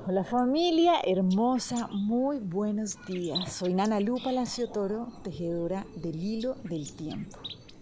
Hola familia hermosa, muy buenos días. Soy Nana Lu Palacio Toro, tejedora del hilo del tiempo.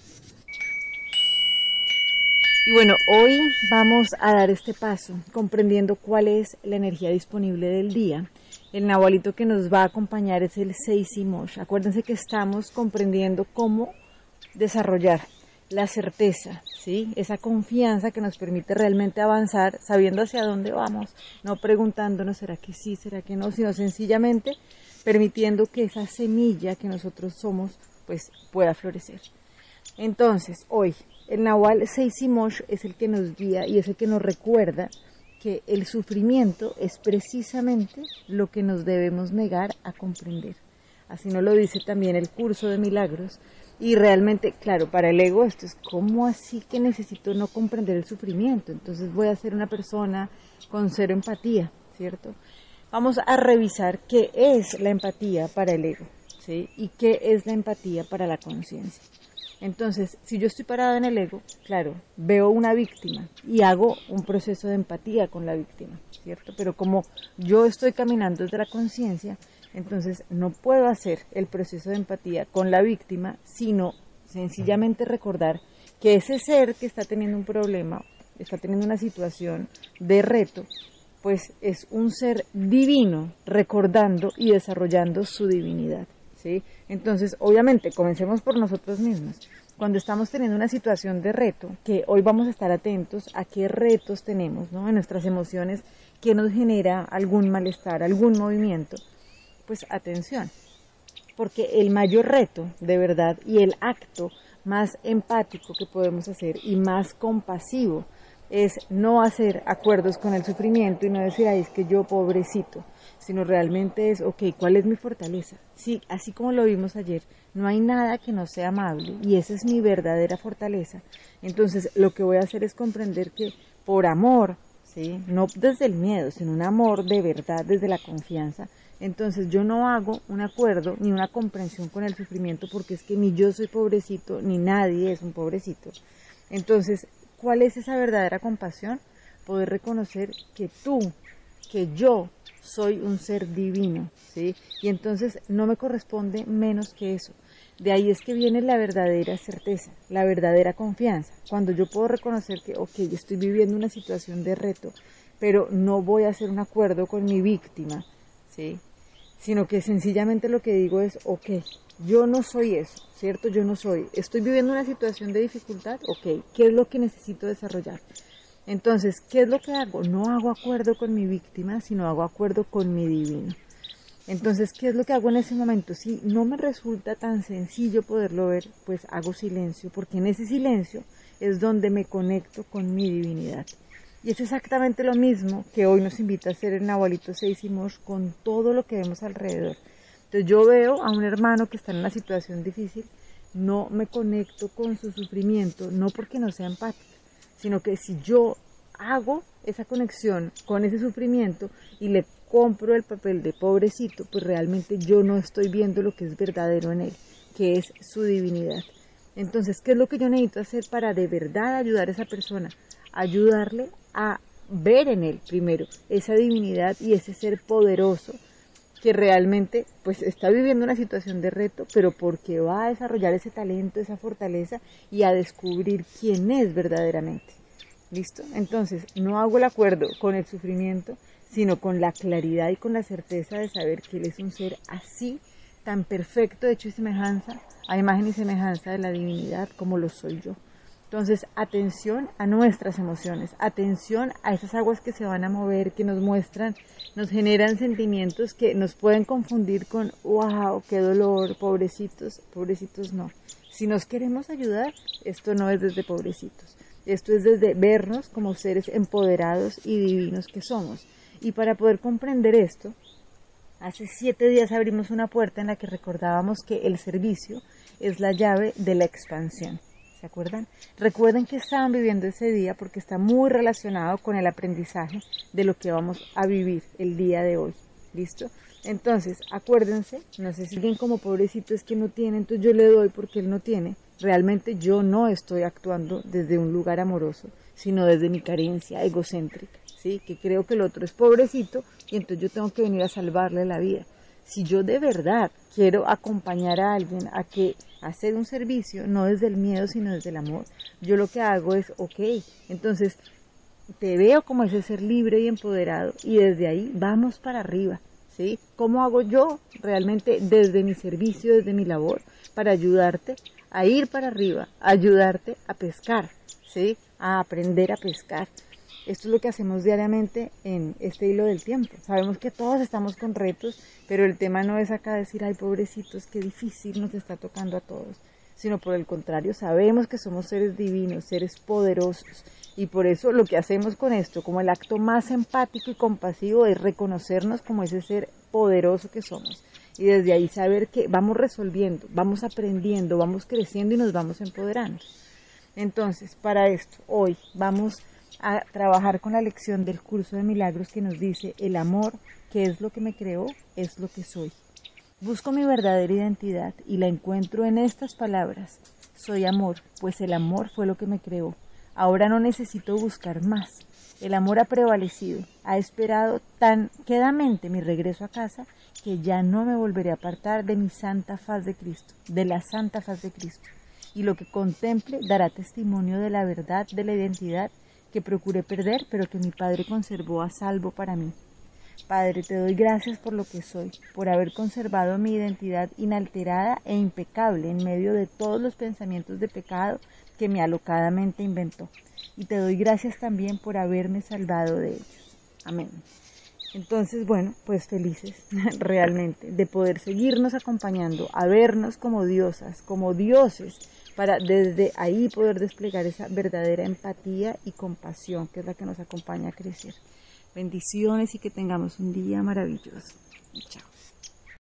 Y bueno, hoy vamos a dar este paso, comprendiendo cuál es la energía disponible del día. El nahualito que nos va a acompañar es el Seisimosh. Acuérdense que estamos comprendiendo cómo desarrollar la certeza, ¿sí? Esa confianza que nos permite realmente avanzar sabiendo hacia dónde vamos, no preguntándonos será que sí, será que no, sino sencillamente permitiendo que esa semilla que nosotros somos pues pueda florecer. Entonces, hoy el Nahual Seisimosh es el que nos guía y es el que nos recuerda que el sufrimiento es precisamente lo que nos debemos negar a comprender. Así nos lo dice también el curso de milagros. Y realmente, claro, para el ego esto es como así que necesito no comprender el sufrimiento. Entonces voy a ser una persona con cero empatía, ¿cierto? Vamos a revisar qué es la empatía para el ego, ¿sí? Y qué es la empatía para la conciencia. Entonces, si yo estoy parado en el ego, claro, veo una víctima y hago un proceso de empatía con la víctima, ¿cierto? Pero como yo estoy caminando desde la conciencia, entonces no puedo hacer el proceso de empatía con la víctima, sino sencillamente recordar que ese ser que está teniendo un problema, está teniendo una situación de reto, pues es un ser divino recordando y desarrollando su divinidad, ¿sí? Entonces, obviamente, comencemos por nosotros mismos. Cuando estamos teniendo una situación de reto, que hoy vamos a estar atentos a qué retos tenemos, ¿no? En nuestras emociones, qué nos genera algún malestar, algún movimiento, pues atención, porque el mayor reto de verdad y el acto más empático que podemos hacer y más compasivo es no hacer acuerdos con el sufrimiento y no decir, ay, es que yo pobrecito, sino realmente es, ok, ¿cuál es mi fortaleza? Sí, así como lo vimos ayer, no hay nada que no sea amable y esa es mi verdadera fortaleza. Entonces lo que voy a hacer es comprender que por amor, ¿sí? No desde el miedo, sino un amor de verdad, desde la confianza, entonces yo no hago un acuerdo ni una comprensión con el sufrimiento porque es que ni yo soy pobrecito, ni nadie es un pobrecito. Entonces, ¿cuál es esa verdadera compasión? Poder reconocer que tú, que yo soy un ser divino, ¿sí? Y entonces no me corresponde menos que eso. De ahí es que viene la verdadera certeza, la verdadera confianza. Cuando yo puedo reconocer que, ok, estoy viviendo una situación de reto, pero no voy a hacer un acuerdo con mi víctima, ¿sí? Sino que sencillamente lo que digo es, ok, yo no soy eso, ¿cierto? Yo no soy, estoy viviendo una situación de dificultad, ok, ¿qué es lo que necesito desarrollar? Entonces, ¿qué es lo que hago? No hago acuerdo con mi víctima, sino hago acuerdo con mi divino. Entonces, ¿qué es lo que hago en ese momento? Si no me resulta tan sencillo poderlo ver, pues hago silencio, porque en ese silencio es donde me conecto con mi divinidad. Y es exactamente lo mismo que hoy nos invita a hacer el Nahualito Seisimosh con todo lo que vemos alrededor. Entonces yo veo a un hermano que está en una situación difícil, no me conecto con su sufrimiento, no porque no sea empática, sino que si yo hago esa conexión con ese sufrimiento y le compro el papel de pobrecito, pues realmente yo no estoy viendo lo que es verdadero en él, que es su divinidad. Entonces, ¿qué es lo que yo necesito hacer para de verdad ayudar a esa persona? Ayudarle a ver en él primero esa divinidad y ese ser poderoso que realmente pues está viviendo una situación de reto, pero porque va a desarrollar ese talento, esa fortaleza y a descubrir quién es verdaderamente. ¿Listo? Entonces, no hago el acuerdo con el sufrimiento, sino con la claridad y con la certeza de saber que él es un ser así, tan perfecto, de hecho y semejanza, a imagen y semejanza de la divinidad como lo soy yo. Entonces, atención a nuestras emociones, atención a esas aguas que se van a mover, que nos muestran, nos generan sentimientos que nos pueden confundir con, wow, qué dolor, pobrecitos, pobrecitos no. Si nos queremos ayudar, esto no es desde pobrecitos, esto es desde vernos como seres empoderados y divinos que somos. Y para poder comprender esto, hace 7 días abrimos una puerta en la que recordábamos que el servicio es la llave de la expansión. ¿Se acuerdan? Recuerden que estaban viviendo ese día porque está muy relacionado con el aprendizaje de lo que vamos a vivir el día de hoy. ¿Listo? Entonces, acuérdense, no sé si alguien como pobrecito es que no tiene, entonces yo le doy porque él no tiene. Realmente yo no estoy actuando desde un lugar amoroso, sino desde mi carencia egocéntrica, ¿sí? Que creo que el otro es pobrecito y entonces yo tengo que venir a salvarle la vida. Si yo de verdad quiero acompañar a alguien a que hacer un servicio, no desde el miedo, sino desde el amor, yo lo que hago es, ok, entonces te veo como ese ser libre y empoderado y desde ahí vamos para arriba, ¿sí? ¿Cómo hago yo realmente desde mi servicio, desde mi labor, para ayudarte a ir para arriba, a ayudarte a pescar, ¿sí? A aprender a pescar? Esto es lo que hacemos diariamente en este hilo del tiempo. Sabemos que todos estamos con retos, pero el tema no es acá decir, ay, pobrecitos, qué difícil nos está tocando a todos, sino por el contrario, sabemos que somos seres divinos, seres poderosos, y por eso lo que hacemos con esto, como el acto más empático y compasivo, es reconocernos como ese ser poderoso que somos, y desde ahí saber que vamos resolviendo, vamos aprendiendo, vamos creciendo y nos vamos empoderando. Entonces, para esto, hoy vamos a trabajar con la lección del curso de milagros que nos dice, el amor, que es lo que me creó, es lo que soy. Busco mi verdadera identidad y la encuentro en estas palabras. Soy amor, pues el amor fue lo que me creó. Ahora no necesito buscar más. El amor ha prevalecido, ha esperado tan quedamente mi regreso a casa que ya no me volveré a apartar de mi santa faz de Cristo, de la santa faz de Cristo. Y lo que contemple dará testimonio de la verdad, de la identidad que procuré perder, pero que mi Padre conservó a salvo para mí. Padre, te doy gracias por lo que soy, por haber conservado mi identidad inalterada e impecable en medio de todos los pensamientos de pecado que mi alocada mente inventó. Y te doy gracias también por haberme salvado de ellos. Amén. Entonces, bueno, pues felices realmente de poder seguirnos acompañando, a vernos como diosas, como dioses, para desde ahí poder desplegar esa verdadera empatía y compasión que es la que nos acompaña a crecer. Bendiciones y que tengamos un día maravilloso. Chao.